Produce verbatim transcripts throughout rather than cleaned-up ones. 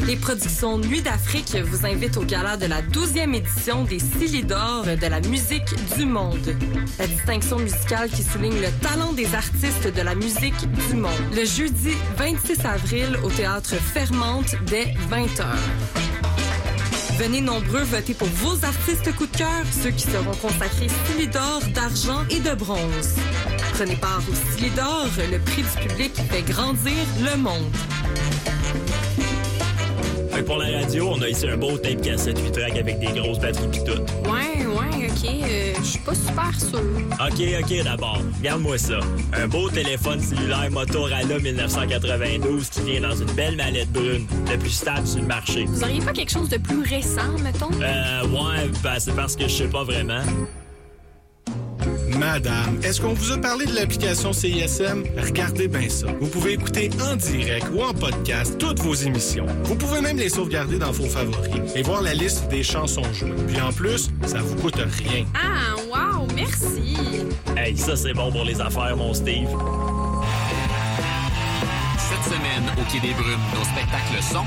Les productions Nuit d'Afrique vous invitent au gala de la douzième édition des Silidor de la musique du monde. La distinction musicale qui souligne le talent des artistes de la musique du monde. Le jeudi vingt-six avril au Théâtre Fermante dès vingt heures. Venez nombreux voter pour vos artistes coup de cœur, ceux qui seront consacrés Silidor d'argent et de bronze. Prenez part au Silidor, le prix du public qui fait grandir le monde. Fait que pour la radio, on a ici un beau tape cassette huit tracks avec des grosses batteries pis tout. Ouais, ouais, ok. Euh, Je suis pas super sûre. Ok, ok, d'abord. Regarde-moi ça. Un beau téléphone cellulaire Motorola dix-neuf cent quatre-vingt-douze qui vient dans une belle mallette brune, le plus stable sur le marché. Vous auriez pas quelque chose de plus récent, mettons? Euh, ouais, ben, c'est parce que je sais pas vraiment. Madame, est-ce qu'on vous a parlé de l'application C I S M? Regardez bien ça. Vous pouvez écouter en direct ou en podcast toutes vos émissions. Vous pouvez même les sauvegarder dans vos favoris et voir la liste des chansons jouées. Puis en plus, ça vous coûte rien. Ah, wow, merci! Hey, ça c'est bon pour les affaires, mon Steve. Cette semaine, au Quai des Brumes, nos spectacles sont...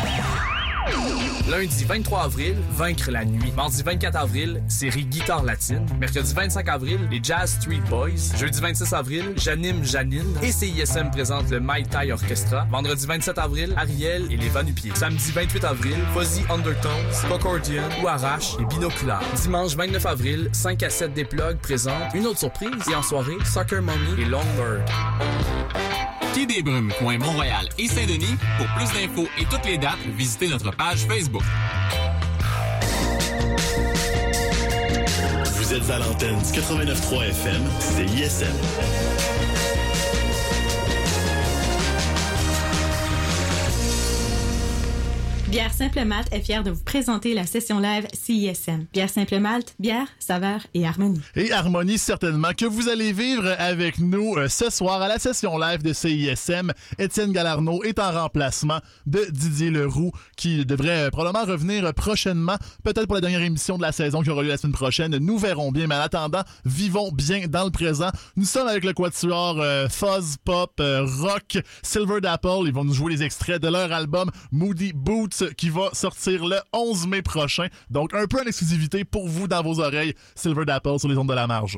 Lundi vingt-trois avril, Vaincre la nuit. Mardi vingt-quatre avril, série Guitare latine. Mercredi vingt-cinq avril, les Jazz Street Boys. Jeudi vingt-six avril, J'anime Janine. Et C I S M présente le Mai Tai Orchestra. Vendredi vingt-sept avril, Ariel et les Va-Nu-Pieds. Samedi vingt-huit avril, Fuzzy Undertones, Cocordian ou Arrache et Binoculaire. Dimanche vingt-neuf avril, cinq à sept des Plugs présentent une autre surprise. Et en soirée, Soccer Mommy et Longbird. Quai des Brumes, coin Mont-Royal et Saint-Denis. Pour plus d'infos et toutes les dates, visitez notre page Facebook. Vous êtes à l'antenne du quatre-vingt-neuf point trois F M, c'est I S M. Bière Simple Malte est fière de vous présenter la session live C I S M. Bière Simple Malte, bière, saveur et harmonie. Et harmonie, certainement, que vous allez vivre avec nous euh, ce soir à la session live de C I S M. Étienne Galarneau est en remplacement de Didier Leroux, qui devrait euh, probablement revenir euh, prochainement, peut-être pour la dernière émission de la saison qui aura lieu la semaine prochaine. Nous verrons bien, mais en attendant, vivons bien dans le présent. Nous sommes avec le quatuor euh, Fuzz, Pop, euh, Rock, Silver d'Apple. Ils vont nous jouer les extraits de leur album Moody Boots, qui va sortir le onze mai prochain. Donc, un peu en exclusivité pour vous dans vos oreilles. Silver d'Apple sur les ondes de la marge.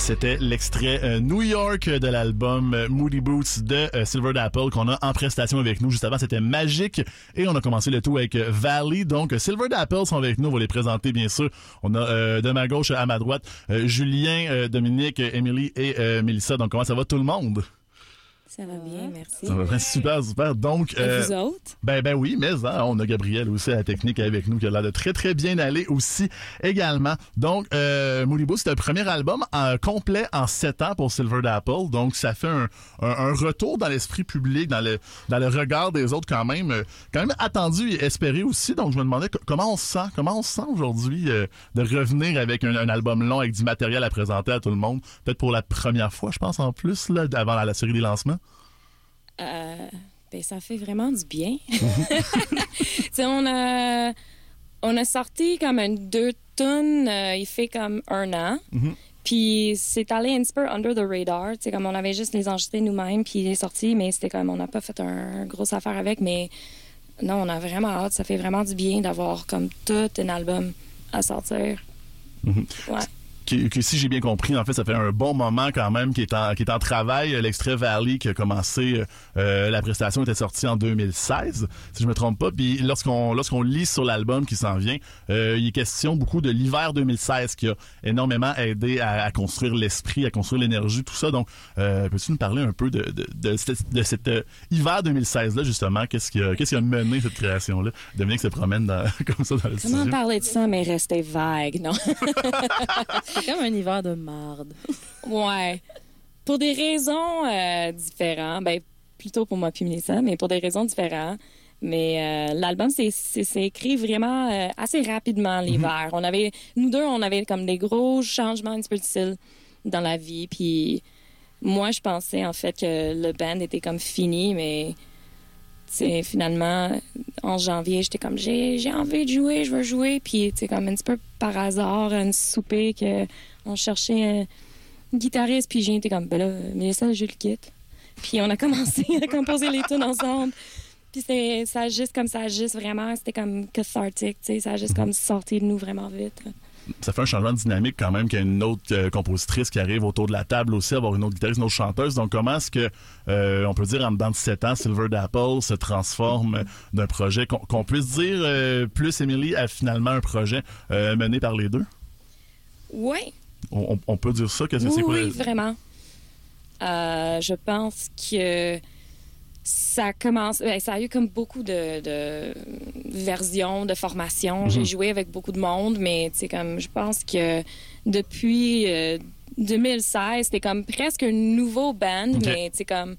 C'était l'extrait euh, New York de l'album euh, Moody Boots de euh, Silver Apple qu'on a en prestation avec nous. Juste avant, c'était Magique et on a commencé le tout avec euh, Valley. Donc, euh, Silver Apple sont avec nous. On va les présenter, bien sûr. On a euh, de ma gauche à ma droite euh, Julien, euh, Dominique, Émilie et euh, Mélissa. Donc, comment ça va tout le monde? Ça va bien, merci. Ça va bien, super, super. Donc, euh, vous autres? Ben, ben oui, mais hein, on a Gabriel aussi à la technique avec nous qui a l'air de très, très bien aller aussi également. Donc, euh, Moody Boots, c'est le premier album en, complet en sept ans pour Silver Apple. Donc, ça fait un, un, un retour dans l'esprit public, dans le, dans le regard des autres quand même, euh, quand même attendu et espéré aussi. Donc, je me demandais comment on se sent, comment on se sent aujourd'hui euh, de revenir avec un, un album long avec du matériel à présenter à tout le monde. Peut-être pour la première fois, je pense, en plus, là, avant la, la série des lancements. Euh, ben, ça fait vraiment du bien. T'sais, on a, on a sorti comme un deux tonnes, euh, il fait comme un an. Mm-hmm. Puis c'est allé un petit peu under the radar. T'sais, comme on avait juste les enregistrés nous-mêmes, puis il est sorti, mais c'était comme, on n'a pas fait un, un grosse affaire avec, mais non, on a vraiment hâte. Ça fait vraiment du bien d'avoir comme tout un album à sortir. Mm-hmm. Ouais. Que, que si j'ai bien compris, en fait, ça fait un bon moment quand même qui est en, qui est en travail. L'extrait Valley qui a commencé, euh, la prestation était sortie en deux mille seize, si je me trompe pas. Puis lorsqu'on lorsqu'on lit sur l'album qui s'en vient, euh, il est question beaucoup de l'hiver deux mille seize qui a énormément aidé à, à construire l'esprit, à construire l'énergie, tout ça. Donc, euh, peux-tu nous parler un peu de, de, de, de, de cet euh, hiver deux mille seize-là, justement? Qu'est-ce qui a, qu'est-ce qui a mené cette création-là? Dominique se promène dans, comme ça dans le studio. Comment parler de ça, mais rester vague, non? C'est comme un hiver de marde. Ouais. Pour des raisons euh, différentes. Ben, plutôt pour moi puis Mélissa, mais pour des raisons différentes. Mais euh, l'album, c'est, c'est, c'est écrit vraiment euh, assez rapidement l'hiver. Mm-hmm. On avait, nous deux, on avait comme des gros changements un petit peu de style dans la vie. Puis moi, je pensais en fait que le band était comme fini, mais c'est finalement en janvier, j'étais comme j'ai, j'ai envie de jouer, je veux jouer. Puis c'est comme un petit peu par hasard, une souper que on cherchait un guitariste, puis j'ai été comme ben là, Mélissa, je le quitte. Puis on a commencé à composer les tunes ensemble. Puis c'est, ça a juste comme ça, a juste vraiment, c'était comme cathartique, tu sais, ça a juste comme sorti de nous vraiment vite. Ça fait un changement de dynamique quand même qu'il y a une autre euh, compositrice qui arrive autour de la table aussi, avoir une autre guitariste, une autre chanteuse. Donc comment est-ce que, euh, on peut dire en dedans de sept ans, Silver Apple se transforme d'un projet, qu'on, qu'on puisse dire euh, plus Émilie à finalement un projet euh, mené par les deux? Oui. On, on peut dire ça? Qu'est-ce que oui, c'est quoi? Oui, vraiment. Euh, je pense que ça commence... Ben, ça a eu comme beaucoup de, de versions, de formations. Mm-hmm. J'ai joué avec beaucoup de monde, mais tu sais, comme je pense que depuis euh, deux mille seize, c'était comme presque un nouveau band, okay. Mais tu sais, comme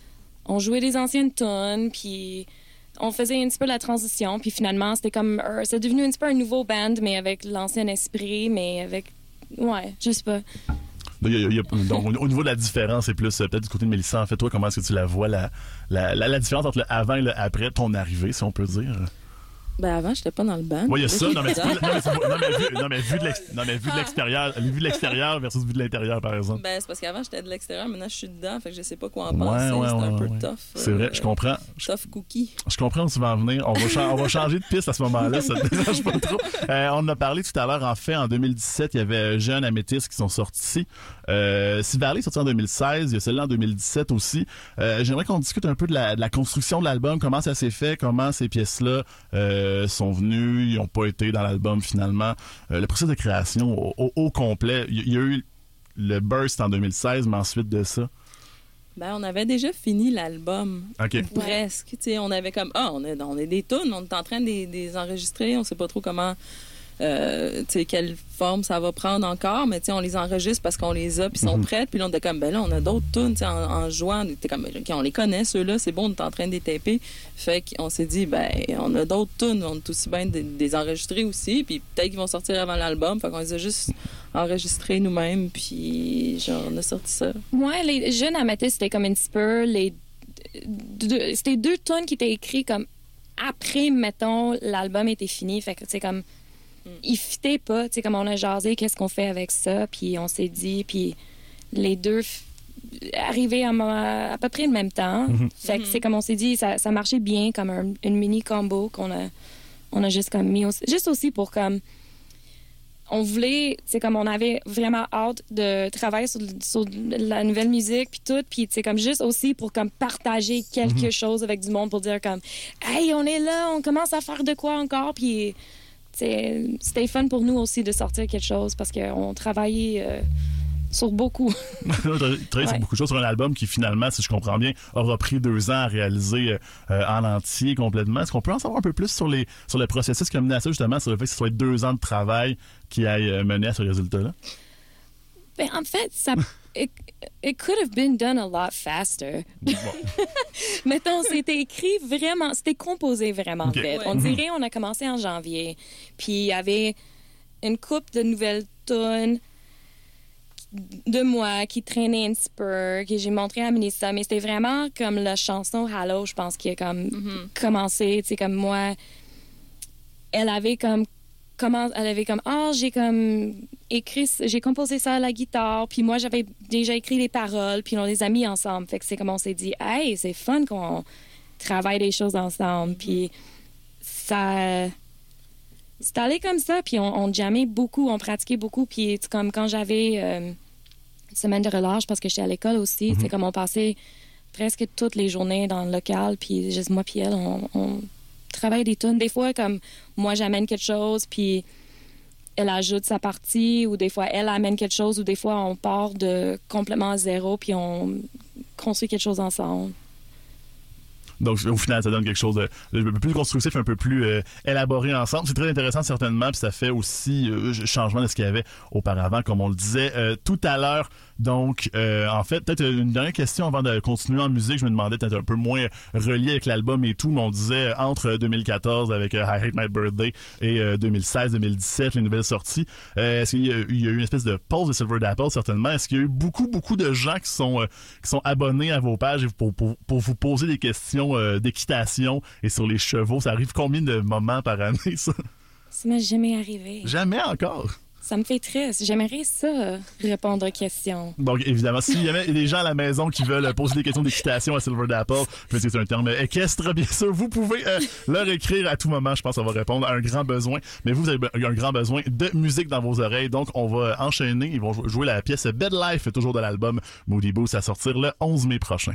on jouait des anciennes tunes, puis on faisait un petit peu la transition, puis finalement, c'était comme... Euh, c'est devenu un petit peu un nouveau band, mais avec l'ancien esprit, mais avec... Ouais, je sais pas. Il y a, il y a, donc, au niveau de la différence, c'est plus euh, peut-être du côté de Mélissa. En fait, toi, comment est-ce que tu la vois, la, la, la, la différence entre le avant et le après, ton arrivée, si on peut dire? Ben avant, j'étais pas dans le band. Oui, il y a ça. Non, mais, non, mais, non, mais, vu, non, mais vu de l'ex, non, mais vu de l'extérieur, vu de l'extérieur versus vu de l'intérieur, par exemple. Ben, c'est parce qu'avant, j'étais de l'extérieur. Maintenant, je suis dedans. Fait que je sais pas quoi en ouais, penser. Ouais, c'est ouais, un ouais, peu ouais. tough. C'est vrai, euh, je comprends. Tough cookie. Je comprends où tu vas en venir. On va, cha- on va changer de piste à ce moment-là. Ça te dérange pas trop. Euh, on en a parlé tout à l'heure. En fait, en deux mille dix-sept, il y avait Jeune Améthyste qui sont sortis. Euh, si Valley est sorti en deux mille seize, il y a celle-là en deux mille dix-sept aussi. Euh, j'aimerais qu'on discute un peu de la, de la construction de l'album, comment ça s'est fait, comment ces pièces-là euh, sont venues, ils n'ont pas été dans l'album finalement. Euh, le processus de création au, au, au complet, il y, y a eu le burst en deux mille seize, mais ensuite de ça... Ben, on avait déjà fini l'album. Okay. Presque. T'sais, on avait comme, ah, on est, on est des tunes, on est en train de les, de les enregistrer, on sait pas trop comment... Euh, quelle forme ça va prendre encore, mais on les enregistre parce qu'on les a, puis ils sont mm-hmm. prêts, puis là, on était comme, ben là, on a d'autres tunes, en, en jouant, on était comme, okay, on les connaît, ceux-là, c'est bon, on est en train de les taper. Fait qu'on s'est dit, ben, on a d'autres tunes, on est aussi bien de, de les enregistrer aussi, puis peut-être qu'ils vont sortir avant l'album, fait qu'on les a juste enregistrés nous-mêmes, puis genre, on a sorti ça. Ouais, les Jeunes Améthystes, c'était comme un petit peu, les deux, c'était deux tunes qui étaient écrites comme après, mettons, l'album était fini, fait que, tu sais, comme il fitait pas, tu sais, comme on a jasé, qu'est-ce qu'on fait avec ça, puis on s'est dit, puis les deux f- arrivaient à, à peu près le même temps. Mm-hmm. Fait que c'est comme on s'est dit, ça, ça marchait bien, comme un, une mini combo qu'on a, on a juste comme mis, aussi, juste aussi pour comme on voulait, c'est comme on avait vraiment hâte de travailler sur, sur la nouvelle musique puis tout, puis c'est comme juste aussi pour comme partager quelque mm-hmm. chose avec du monde pour dire comme hey, on est là, on commence à faire de quoi encore, puis c'était fun pour nous aussi de sortir quelque chose parce qu'on travaillait euh, sur beaucoup. Travailler ouais. sur beaucoup de choses, sur un album qui finalement, si je comprends bien, aura pris deux ans à réaliser euh, en entier complètement. Est-ce qu'on peut en savoir un peu plus sur, les, sur le processus qui a mené à ça, justement, sur le fait que ce soit deux ans de travail qui aille mener à ce résultat-là? Ben, en fait, ça... It, it could have been done a lot faster. Bon. Mettons, c'était écrit vraiment, c'était composé vraiment okay. vite. Ouais. On dirait on a commencé en janvier, puis il y avait une couple de nouvelles tunes de moi qui traînait un petit peu, que j'ai montré à Melissa, mais c'était vraiment comme la chanson Hello, je pense, qui a comme mm-hmm. commencé, tu sais, comme moi, elle avait comme comment elle avait comme ah oh, j'ai comme écrit j'ai composé ça à la guitare, puis moi j'avais déjà écrit les paroles, puis on les a mis ensemble, fait que c'est comme on s'est dit hey, c'est fun qu'on travaille des choses ensemble, puis ça c'est allé comme ça, puis on, on jammait beaucoup, on pratiquait beaucoup, puis comme quand j'avais euh, une semaine de relâche parce que j'étais à l'école aussi, mm-hmm. c'est comme on passait presque toutes les journées dans le local, puis juste moi puis elle on, on travaille des tunes. Des fois, comme moi, j'amène quelque chose, puis elle ajoute sa partie, ou des fois, elle amène quelque chose, ou des fois, on part de complètement à zéro, puis on construit quelque chose ensemble. Donc, au final, ça donne quelque chose de, de un peu plus constructif, un peu plus euh, élaboré ensemble. C'est très intéressant, certainement, puis ça fait aussi euh, changement de ce qu'il y avait auparavant, comme on le disait euh, tout à l'heure. Donc, euh, en fait, peut-être une dernière question avant de continuer en musique. Je me demandais, peut-être un peu moins relié avec l'album et tout, mais on disait entre deux mille quatorze avec euh, I Hate My Birthday et euh, deux mille seize deux mille dix-sept, les nouvelles sorties. Euh, est-ce qu'il y a, il y a eu une espèce de pause de Silver Dapple, certainement? Est-ce qu'il y a eu beaucoup, beaucoup de gens qui sont, euh, qui sont abonnés à vos pages pour, pour, pour vous poser des questions euh, d'équitation et sur les chevaux? Ça arrive combien de moments par année, ça? Ça m'est jamais arrivé. Jamais encore? Ça me fait triste. J'aimerais ça, répondre aux questions. Donc, évidemment, s'il y avait des gens à la maison qui veulent poser des questions d'équitation à Silver Dapple, c'est un terme équestre, bien sûr, vous pouvez euh, leur écrire à tout moment. Je pense qu'on va répondre à un grand besoin. Mais vous avez un grand besoin de musique dans vos oreilles. Donc, on va enchaîner. Ils vont jouer la pièce Bed Life, toujours de l'album Moody Boots, à sortir le onze mai prochain.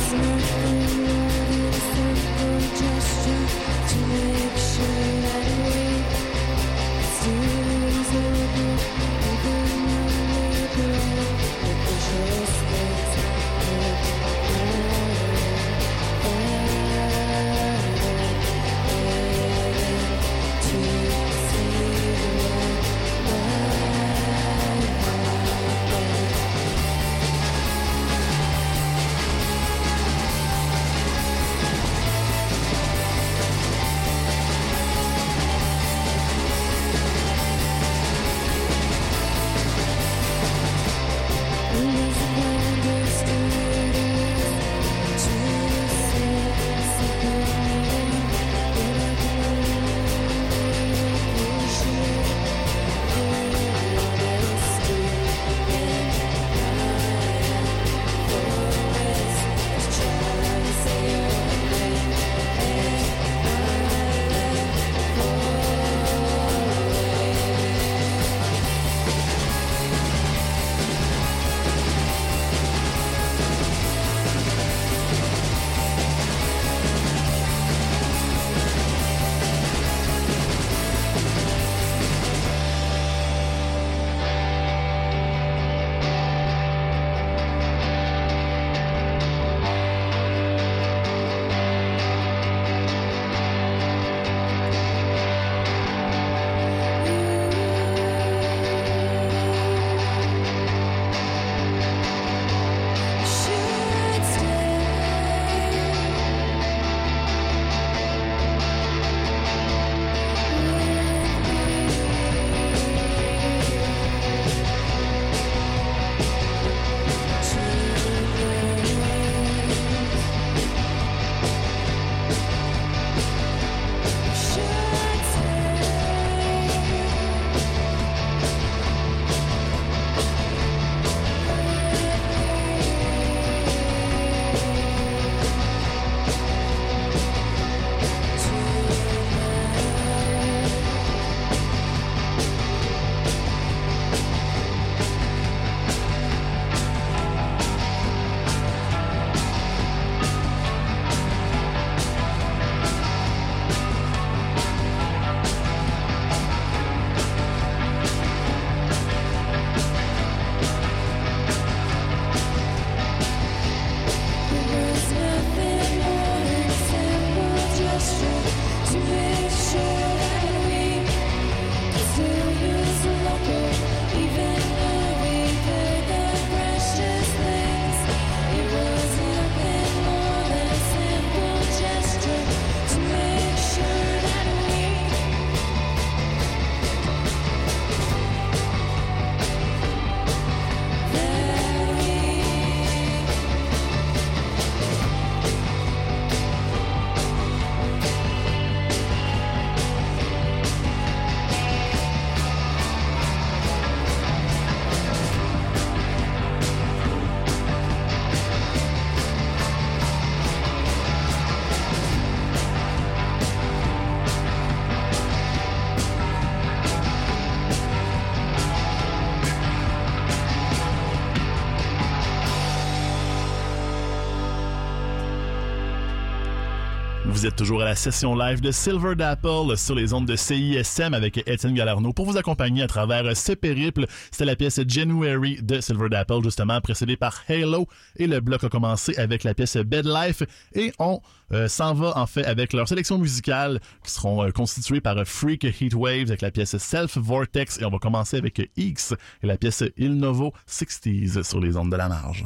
Vous êtes toujours à la session live de Silver d'Apple sur les ondes de C I S M avec Étienne Galarneau pour vous accompagner à travers ce périple. C'était la pièce January de Silver d'Apple, justement, précédée par Halo. Et le bloc a commencé avec la pièce Bed Life. Et on euh, s'en va, en fait, avec leur sélection musicale qui seront euh, constituées par Freak Heatwaves avec la pièce Self Vortex. Et on va commencer avec X et la pièce Il Novo soixante sur les ondes de la marge.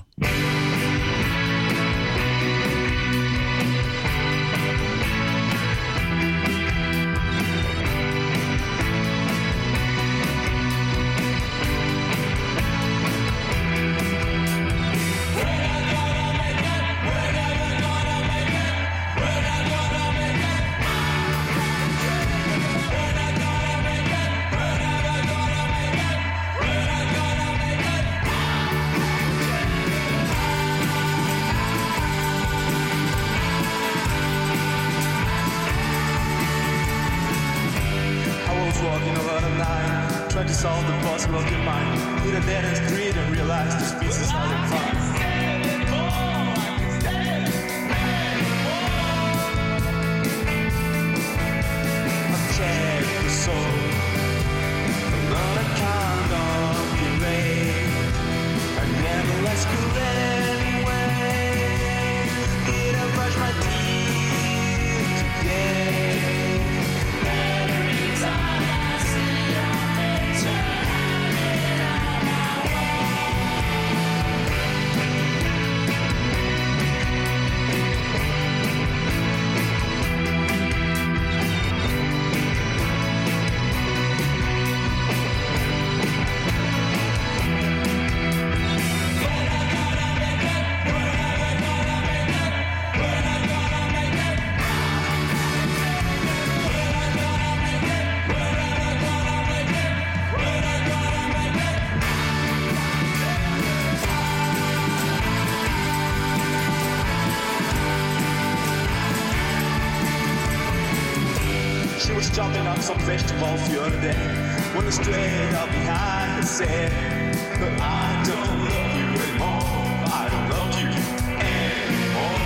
just jumping on some festival for the day. When it's straight up behind the set. But I don't love you anymore. I don't love you anymore.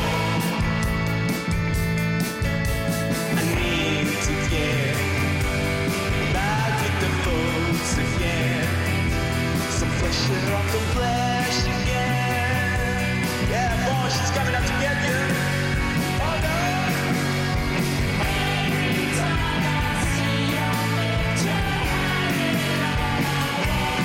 I need to get back with the folks again. Some pressure off the flesh again. Yeah, boy, she's coming out to get you. Oh no. Every time I see your picture hanging on my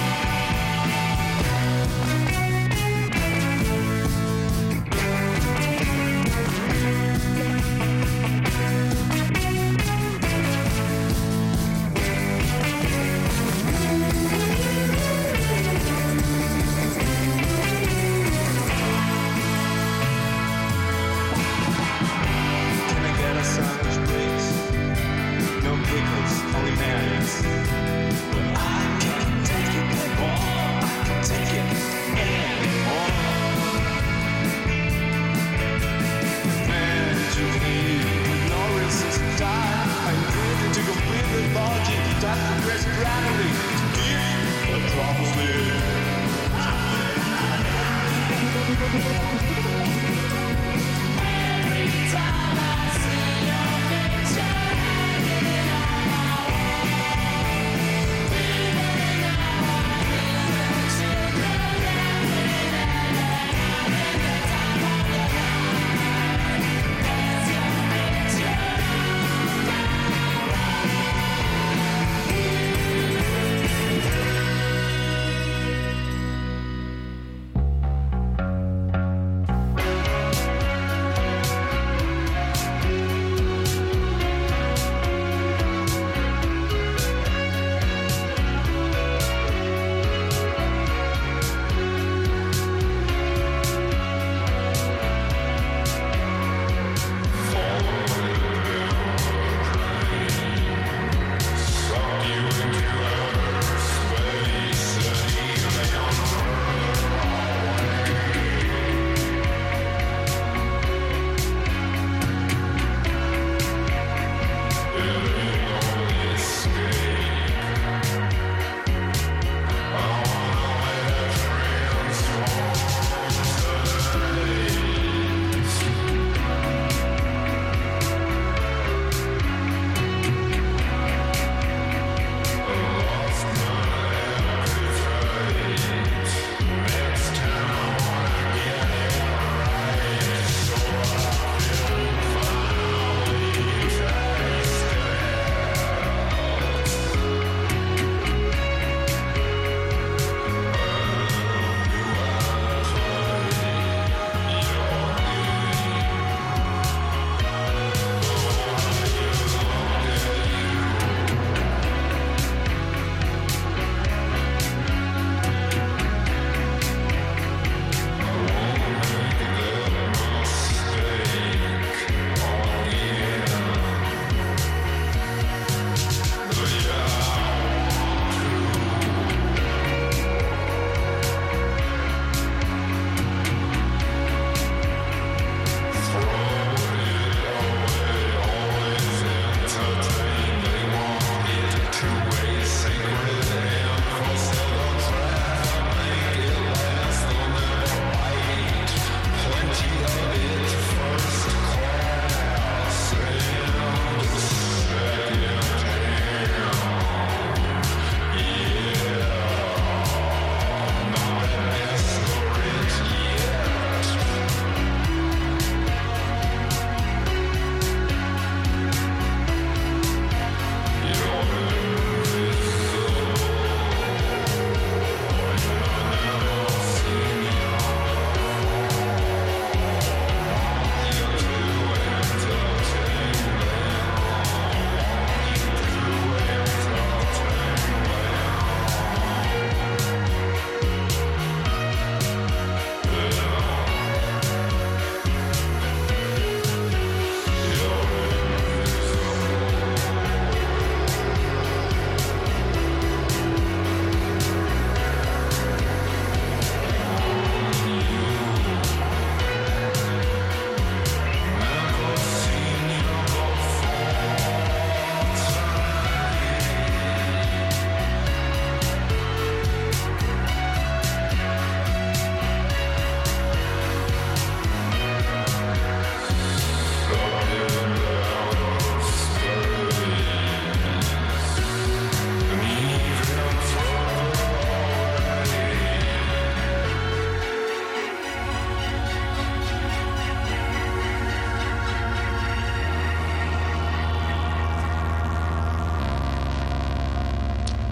only marriage. But I can't take it anymore. I can't take it anymore. Man, you need no resistance time. I'm ready to complete the logic. That's the best gravity to keep a trouble every time I see your picture hanging on my wall. Even now I hear the children laughing and having the time of their life. There's your picture on my wall.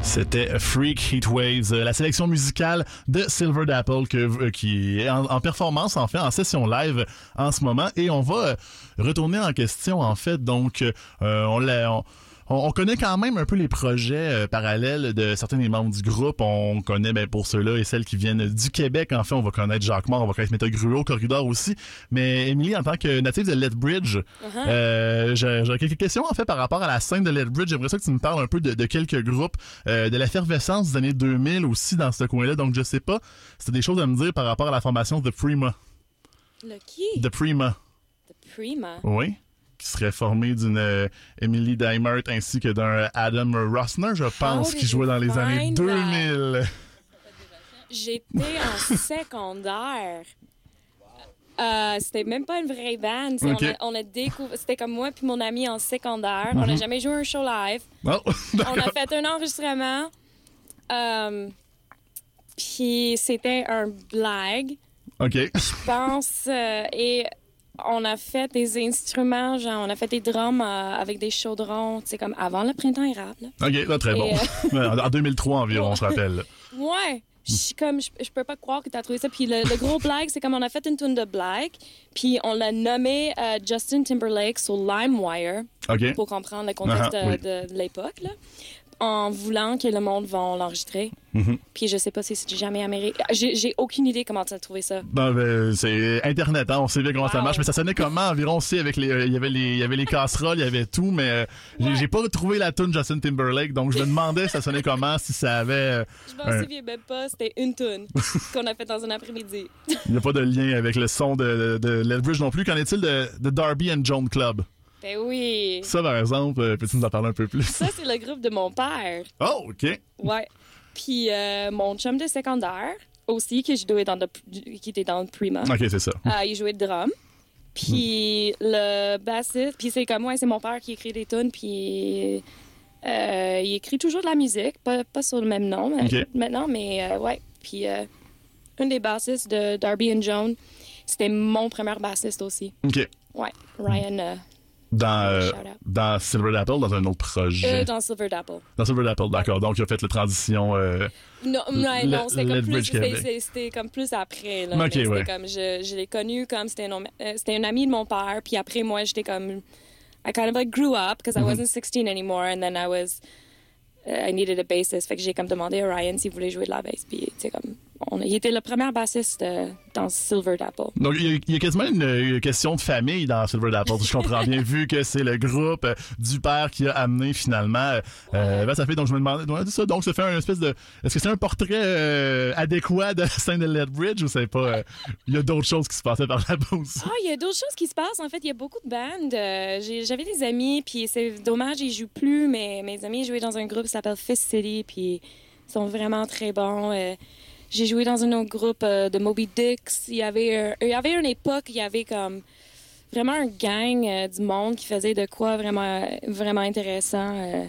C'était Freak Heatwaves, la sélection musicale de Silver Dapple que, euh, qui est en, en performance, en fait, en session live en ce moment. Et on va retourner en question, en fait. Donc, euh, on l'a... On, On connaît quand même un peu les projets euh, parallèles de certains des membres du groupe. On connaît, ben, pour ceux-là et celles qui viennent du Québec, en fait, on va connaître Jacques Mort, on va connaître Meta Gruau, Corridor aussi. Mais Émilie, en tant que native de Lethbridge, uh-huh. euh, j'ai, j'ai quelques questions, en fait, par rapport à la scène de Lethbridge. J'aimerais ça que tu me parles un peu de, de quelques groupes, euh, de l'effervescence des années deux mille aussi dans ce coin-là. Donc, je sais pas, c'est des choses à me dire par rapport à la formation The Prima. Le qui? The Prima. The Prima? Oui. Qui serait formé d'une euh, Emily Dimert ainsi que d'un Adam Rossner, je pense, qui jouait dans les années deux mille. J'étais en secondaire. Euh, c'était même pas une vraie band. Okay. On, a, on a découvert. C'était comme moi puis mon ami en secondaire. Mm-hmm. On n'a jamais joué un show live. Oh, on a fait un enregistrement. Euh, puis c'était un blague. OK. Je pense. Euh, et. On a fait des instruments, genre, on a fait des drums euh, avec des chaudrons, tu sais, comme avant le printemps érable. OK, là, très Et bon. Euh... en deux mille trois environ, on se rappelle. Ouais. Je comme, je, je peux pas croire que t'as trouvé ça. Puis le, le gros blague, c'est comme on a fait une tune de blague, puis on l'a nommé euh, Justin Timberlake sur LimeWire, okay. pour comprendre le contexte uh-huh, de, oui. de, de l'époque, là, en voulant que le monde va l'enregistrer. Mm-hmm. Puis je sais pas si c'est jamais américain. J'ai, j'ai aucune idée comment tu as trouvé ça. Ben, ben, c'est Internet, hein, on sait bien comment wow. ça marche. Mais ça sonnait comment environ aussi avec les. Il euh, y avait les, il y avait les casseroles, il y avait tout, mais euh, ouais. j'ai, j'ai pas retrouvé la tune Justin Timberlake, donc je me demandais ça sonnait comment, si ça avait. Euh, je m'en un... souviens même pas, c'était une tune qu'on a fait dans un après-midi. Il n'y a pas de lien avec le son de, de, de Lethbridge non plus. Qu'en est-il de, de Darby and Joan Club? Ben oui. Ça, par exemple, euh, peux-tu nous en parler un peu plus? Ça, c'est le groupe de mon père. Oh, OK. Ouais. Puis euh, mon chum de secondaire aussi, qui, jouait dans the, qui était dans le Prima. OK, c'est ça. Euh, il jouait de drum. Puis mm. le bassiste, puis c'est comme moi, c'est mon père qui écrit des tunes, puis euh, il écrit toujours de la musique, pas, pas sur le même nom okay. maintenant, mais euh, ouais. Puis euh, un des bassistes de Darby and Joan, c'était mon premier bassiste aussi. OK. Ouais, Ryan... Euh, Dans, euh, dans Silver Dapple, dans un autre projet? Euh, dans Silver Dapple. Dans Silver Dapple, d'accord. Donc, il a fait la transition... Euh, non, non, le, non c'était, comme plus, c'était, c'était, c'était comme plus après. Là, okay, ouais. comme, je, je l'ai connu comme... C'était un, euh, c'était un ami de mon père. Puis après, moi, j'étais comme... I kind of like grew up because I wasn't sixteen anymore. And then I was... Uh, I needed a bassist. Fait que j'ai comme demandé à Ryan s'il voulait jouer de la bass. Puis, tu sais, comme... On, il était le premier bassiste euh, dans Silver Dapple. Donc, il y, a, il y a quasiment une, une question de famille dans Silver Dapple, si je comprends bien, vu que c'est le groupe euh, du père qui a amené finalement euh, ouais. ben, ça fait, donc je me demandais, ouais, ça, donc ça fait un espèce de, est-ce que c'est un portrait euh, adéquat de la scène de Lethbridge ou c'est pas, euh, il y a d'autres choses qui se passaient par là-bas aussi? Ah, il y a d'autres choses qui se passent, en fait, il y a beaucoup de bandes, euh, j'ai, j'avais des amis, puis c'est dommage, ils jouent plus, mais mes amis jouaient dans un groupe qui s'appelle Fist City, puis ils sont vraiment très bons, euh, j'ai joué dans un autre groupe euh, de Moby Dicks. Il y avait, euh, il y avait une époque, il y avait comme vraiment un gang euh, du monde qui faisait de quoi vraiment, vraiment intéressant. Euh,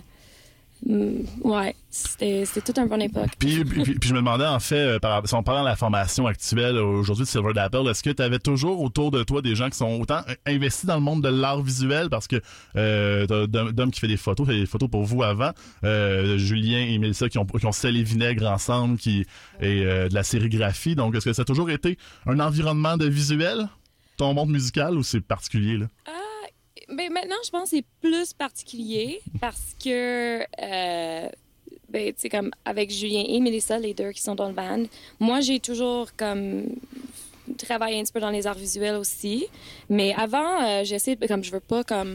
mm, ouais, c'était, c'était toute une bonne époque. Puis, puis, puis, puis je me demandais, en fait, euh, par, si on parle de la formation actuelle aujourd'hui de Silver Dapple, est-ce que tu avais toujours autour de toi des gens qui sont autant investis dans le monde de l'art visuel, parce que euh, t'as Dom qui fait des photos, fait des photos pour vous avant, euh, Julien et Mélissa qui ont, qui ont scellé vinaigre ensemble, qui et euh, de la sérigraphie. Donc, est-ce que ça a toujours été un environnement de visuel, ton monde musical, ou c'est particulier, là? Euh, ben, maintenant, je pense que c'est plus particulier parce que, euh, ben, tu sais, comme avec Julien et Mélissa, les deux qui sont dans le band, moi, j'ai toujours comme travaillé un petit peu dans les arts visuels aussi. Mais avant, euh, j'ai essayé, comme je veux pas, comme...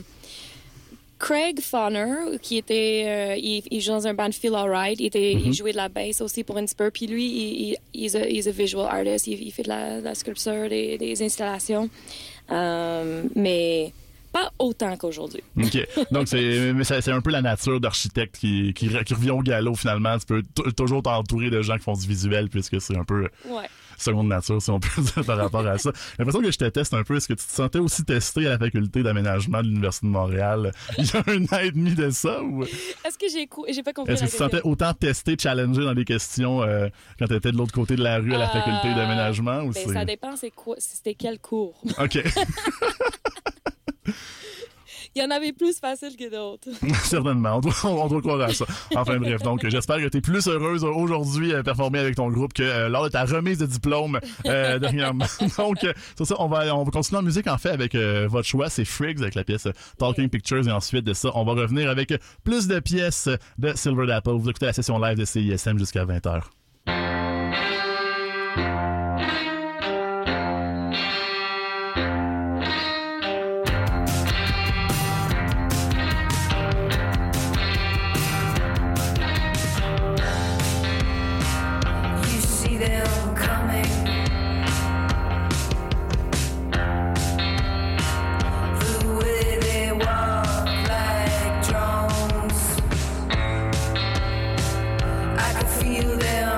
Craig Fauner, qui était, euh, il, il joue dans un band Feel Alright, il, était, mm-hmm. il jouait de la bass aussi pour une spur, puis lui, il, il, he's, a, he's a visual artist, il, il fait de la, de la sculpture, des, des installations, euh, mais pas autant qu'aujourd'hui. OK. Donc, c'est, mais c'est, c'est un peu la nature d'architecte qui, qui, qui revient au galop, finalement. Tu peux t- toujours t'entourer de gens qui font du visuel, puisque c'est un peu... Ouais. Seconde nature, si on peut dire, par rapport à ça. J'ai l'impression que je te teste un peu. Est-ce que tu te sentais aussi testé à la faculté d'aménagement de l'Université de Montréal il y a un an et demi de ça? Ou... Est-ce que j'ai, cou... j'ai pas compris? Est-ce que tu te sentais autant testé, challengé dans des questions euh, quand tu étais de l'autre côté de la rue à la faculté euh... d'aménagement? Ou ben, c'est... Ça dépend, c'est quoi... c'était quel cours. OK. il y en avait plus facile que d'autres. Certainement, on doit, on doit croire à ça. Enfin bref, donc j'espère que tu es plus heureuse aujourd'hui à performer avec ton groupe que euh, lors de ta remise de diplôme euh, dernièrement. Donc, euh, sur ça, on va, on va continuer en musique en fait avec euh, votre choix, c'est Friggs avec la pièce Talking Pictures et ensuite de ça, on va revenir avec plus de pièces de Silver Apple. Vous écoutez la session live de C I S M jusqu'à vingt heures. Feel them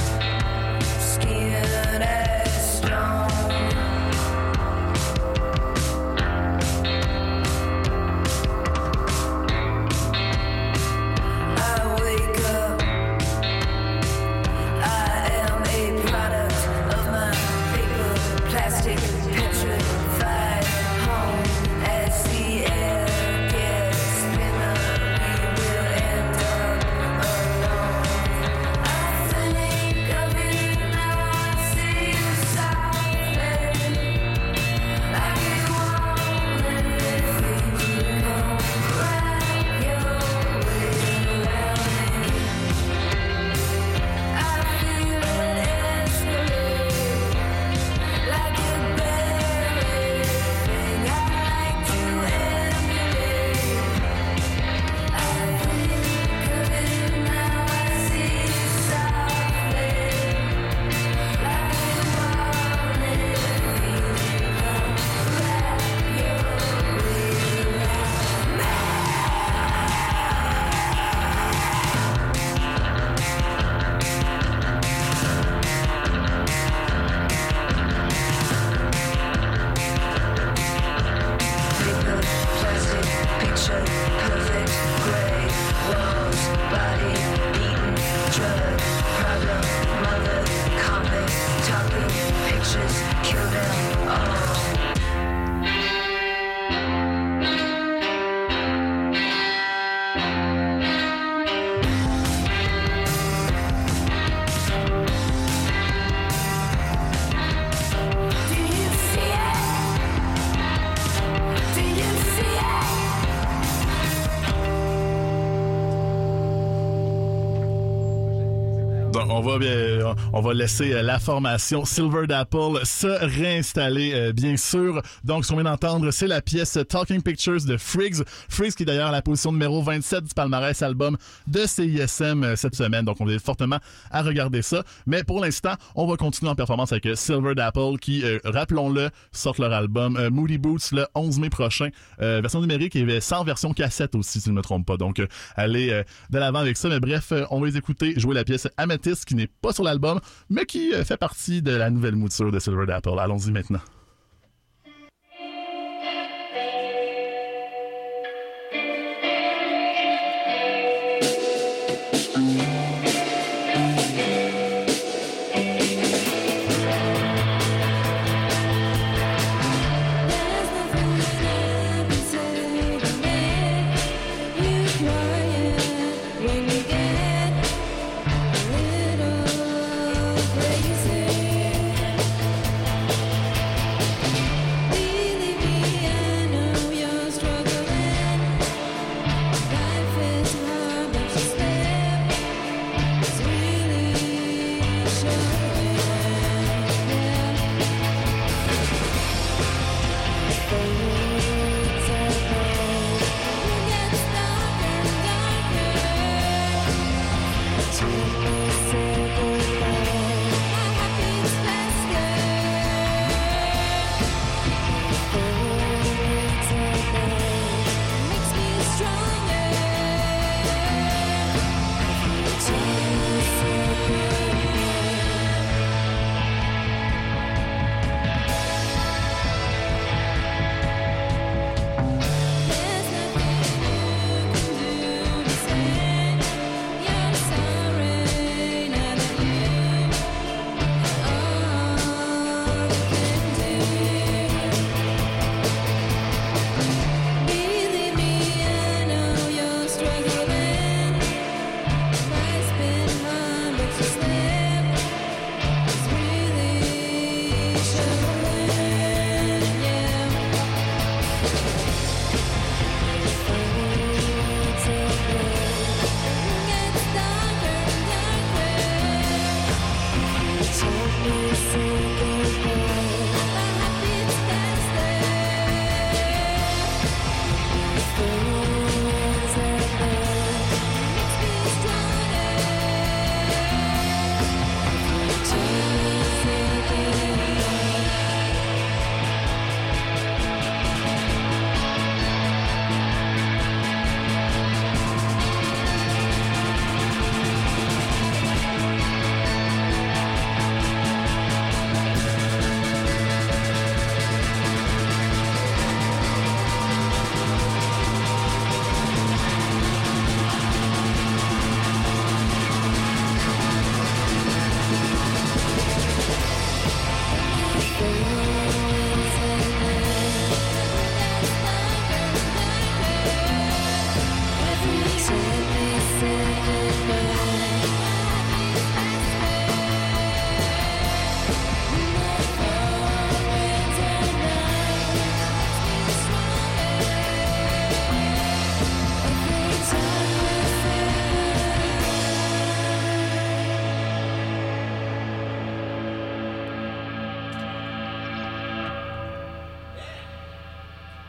on va bien, on va laisser la formation Silver Apple se réinstaller, euh, bien sûr. Donc, ce qu'on vient d'entendre, c'est la pièce Talking Pictures de Friggs. Friggs qui est d'ailleurs à la position numéro vingt-sept du palmarès album de C I S M euh, cette semaine. Donc, on va fortement à regarder ça. Mais pour l'instant, on va continuer en performance avec Silver Apple qui, euh, rappelons-le, sortent leur album euh, Moody Boots le onze mai prochain. Euh, version numérique et sans version cassette aussi, si je ne me trompe pas. Donc, euh, allez euh, de l'avant avec ça. Mais bref, euh, on va les écouter jouer la pièce Amethyst qui n'est pas sur l'album, mais qui euh, fait partie de la nouvelle mouture de Silver Apple. Allons-y maintenant. Crazy.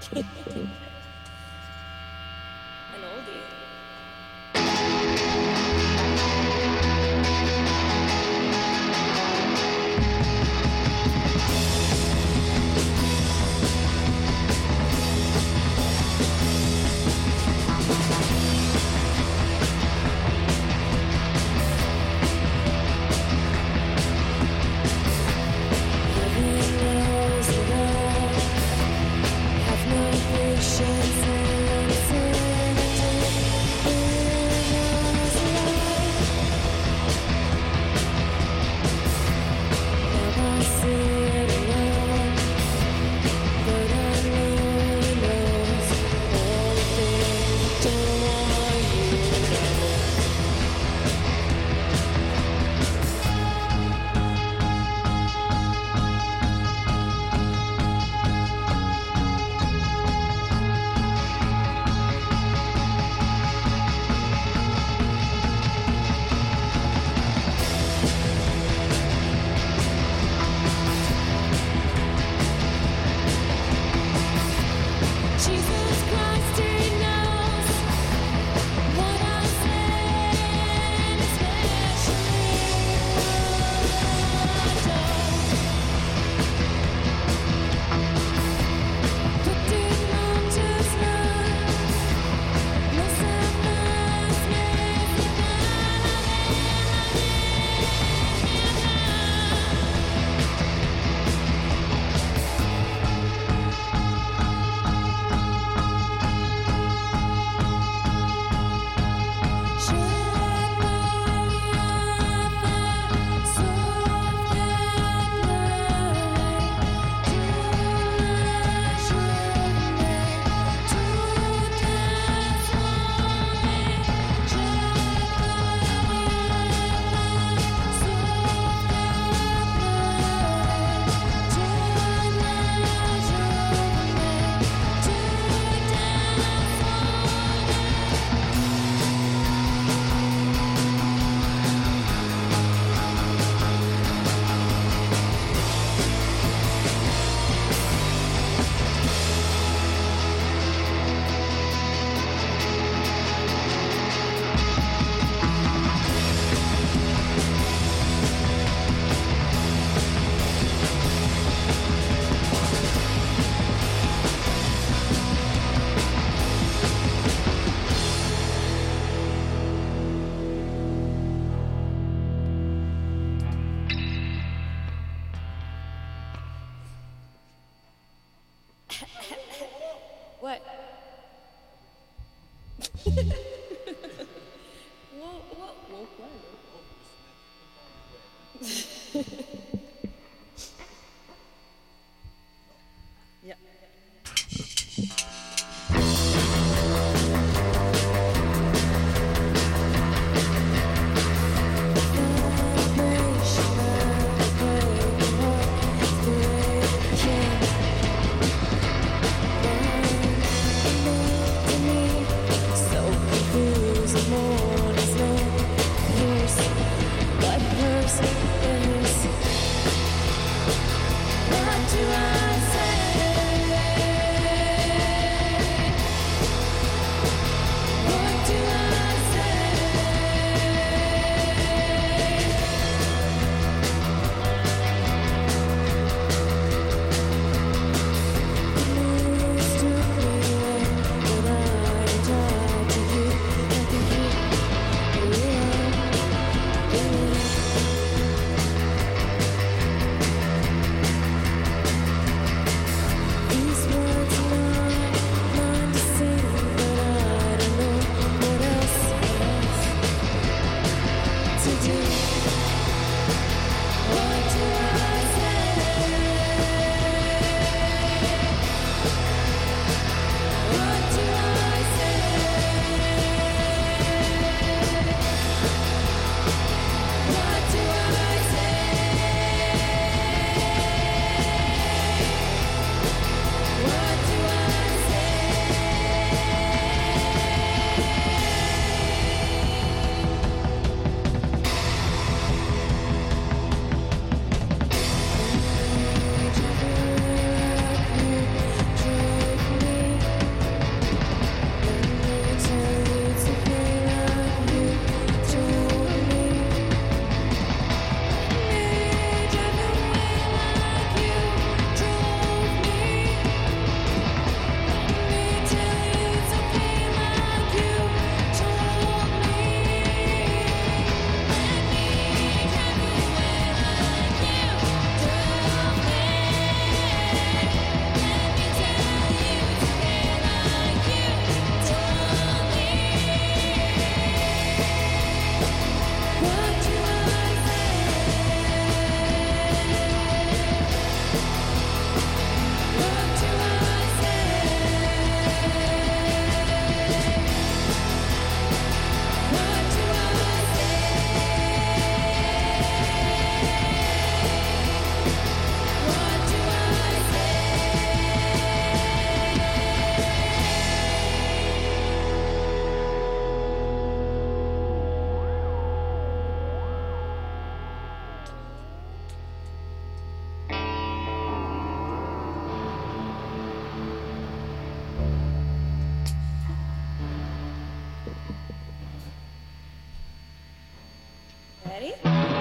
Have no patience. Ready?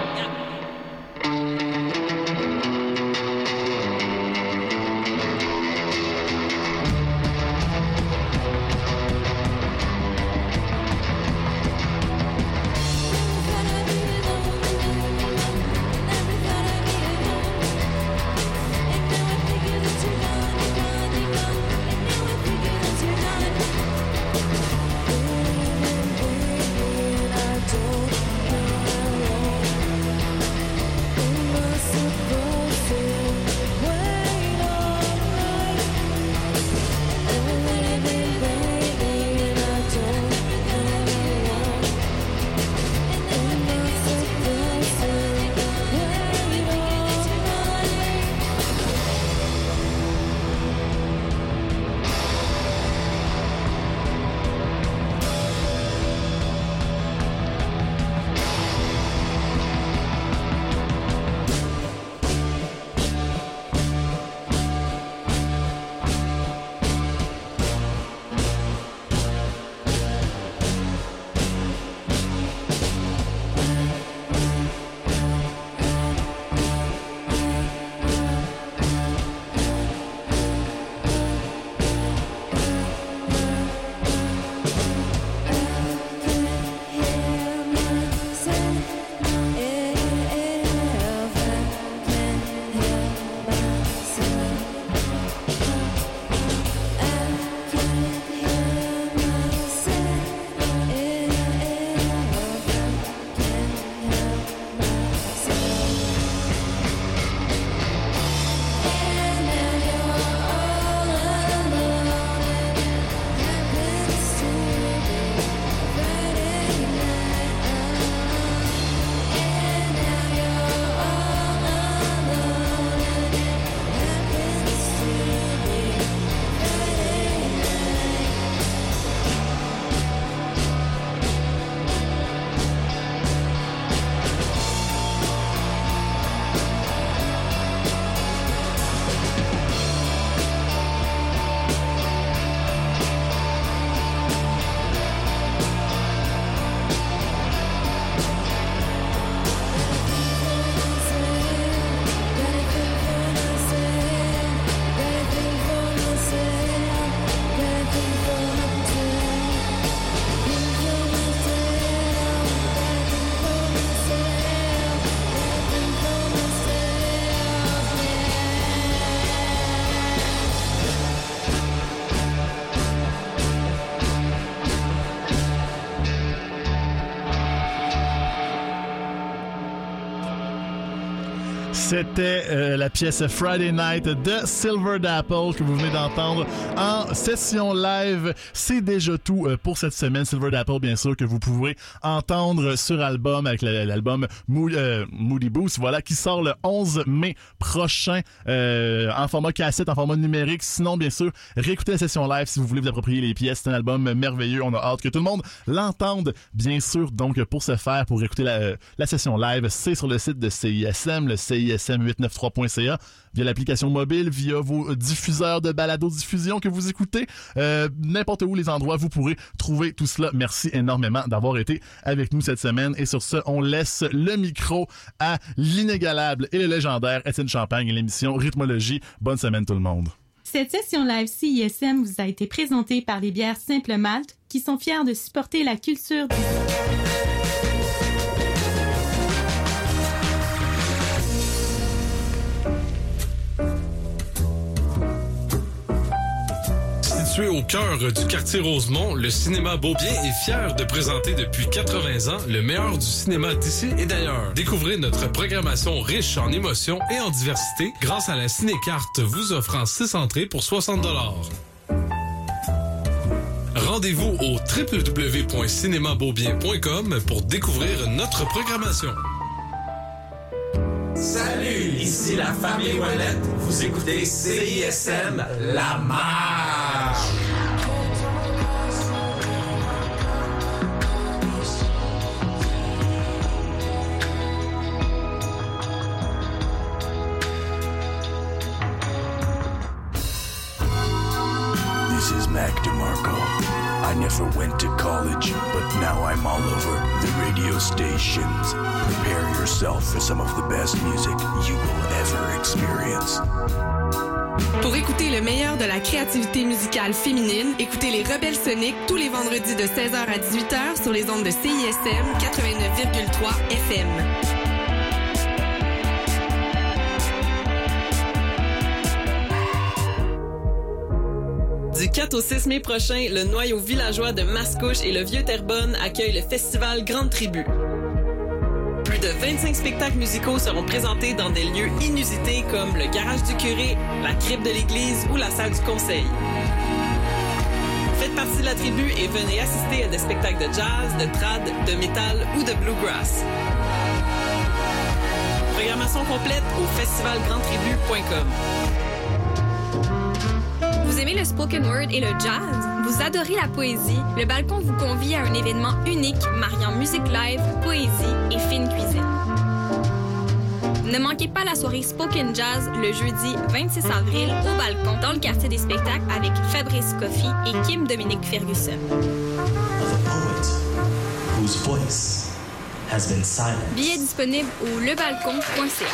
C'était euh, la pièce Friday Night de Silver Dapple que vous venez d'entendre en session live. C'est déjà tout euh, pour cette semaine. Silver Dapple, bien sûr, que vous pouvez entendre sur album avec l'album Mo- euh, Moody Boost, voilà, qui sort le onze mai prochain euh, en format cassette, en format numérique. Sinon, bien sûr, réécoutez la session live si vous voulez vous approprier les pièces. C'est un album merveilleux. On a hâte que tout le monde l'entende, bien sûr. Donc, pour ce faire, pour écouter la, la session live, c'est sur le site de C I S M, le C I S M huit cent quatre-vingt-treize point C A, via l'application mobile, via vos diffuseurs de balado-diffusion que vous écoutez, euh, n'importe où les endroits, vous pourrez trouver tout cela. Merci énormément d'avoir été avec nous cette semaine. Et sur ce, on laisse le micro à l'inégalable et le légendaire Étienne Champagne et l'émission Rythmologie. Bonne semaine tout le monde. Cette session live C I S M vous a été présentée par les bières Simple Malte, qui sont fiers de supporter la culture du... Situé au cœur du quartier Rosemont, le cinéma Beaubien est fier de présenter depuis quatre-vingts ans le meilleur du cinéma d'ici et d'ailleurs. Découvrez notre programmation riche en émotions et en diversité grâce à la cinécarte vous offrant six entrées pour soixante dollars. Rendez-vous au w w w point cinéma beaubien point com pour découvrir notre programmation. Salut, ici la famille Ouellette. Vous écoutez C I S M, La Marche. This is Mac DeMarco. I never never went to college, but now I'm all over the radio stations. Prepare yourself for some of the best music you will ever experience. Pour écouter le meilleur de la créativité musicale féminine, écoutez les Rebelles Soniques tous les vendredis de seize heures à dix-huit heures sur les ondes de C I S M quatre-vingt-neuf virgule trois F M. Du quatre au six mai prochain, le noyau villageois de Mascouche et le Vieux-Terrebonne accueillent le festival Grande Tribu. Plus de vingt-cinq spectacles musicaux seront présentés dans des lieux inusités comme le garage du curé, la crypte de l'église ou la salle du conseil. Faites partie de la tribu et venez assister à des spectacles de jazz, de trad, de métal ou de bluegrass. Programmation complète au festival grande tribu point com. Vous aimez le spoken word et le jazz? Vous adorez la poésie? Le Balcon vous convie à un événement unique mariant musique live, poésie et fine cuisine. Ne manquez pas la soirée Spoken Jazz le jeudi vingt-six avril au Balcon dans le quartier des spectacles avec Fabrice Coffey et Kim Dominique Ferguson. Whose voice has been silent. Billets disponibles au lebalcon point c a.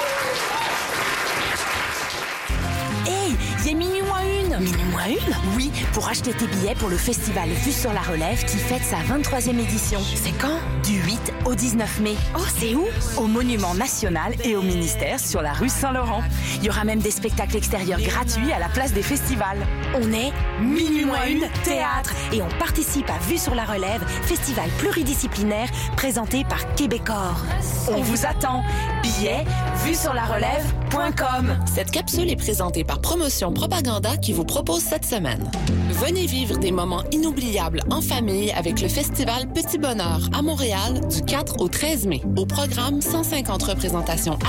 Hey, il y a minuit moins une. Minuit moins une? Oui, pour acheter tes billets pour le festival Vue sur la Relève qui fête sa vingt-troisième édition. C'est quand? Du huit au dix-neuf mai. Oh, c'est où? Au Monument National et au ministère sur la rue Saint-Laurent. Il y aura même des spectacles extérieurs gratuits à la place des festivals. On est Minuit moins une théâtre et on participe à Vue sur la Relève, festival pluridisciplinaire présenté par Québecor. On vous attend. Billets vue sur la relève point com. Cette capsule est présentée par Promotion Propaganda qui vous propose cette semaine. Venez vivre des moments inoubliables en famille avec le festival Petit Bonheur à Montréal du quatre au treize mai. Au programme, cent cinquante représentations